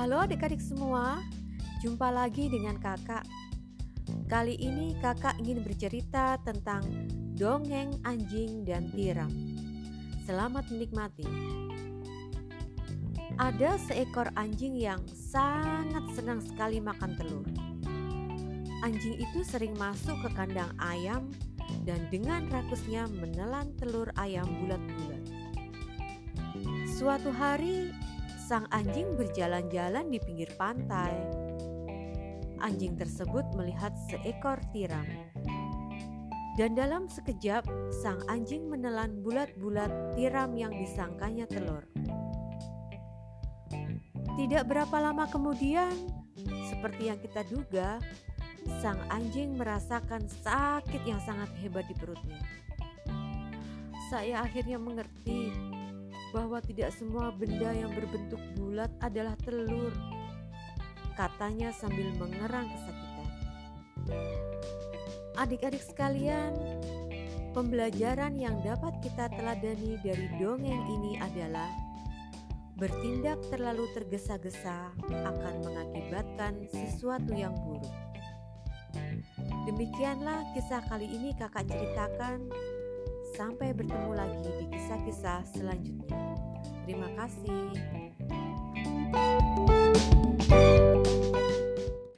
Halo adik-adik semua, jumpa lagi dengan kakak. Kali ini kakak ingin bercerita tentang dongeng anjing dan tiram. Selamat menikmati. Ada seekor anjing yang sangat senang sekali makan telur. Anjing itu sering masuk ke kandang ayam dan dengan rakusnya menelan telur ayam bulat-bulat. Suatu hari, sang anjing berjalan-jalan di pinggir pantai. Anjing tersebut melihat seekor tiram. Dan dalam sekejap, sang anjing menelan bulat-bulat tiram yang disangkanya telur. Tidak berapa lama kemudian, seperti yang kita duga, sang anjing merasakan sakit yang sangat hebat di perutnya. Saya akhirnya mengerti bahwa tidak semua benda yang berbentuk bulat adalah telur, katanya sambil mengerang kesakitan. Adik-adik sekalian, pembelajaran yang dapat kita teladani dari dongeng ini adalah bertindak terlalu tergesa-gesa akan mengakibatkan sesuatu yang buruk. Demikianlah kisah kali ini kakak ceritakan. Sampai bertemu lagi di kisah-kisah selanjutnya. Terima kasih.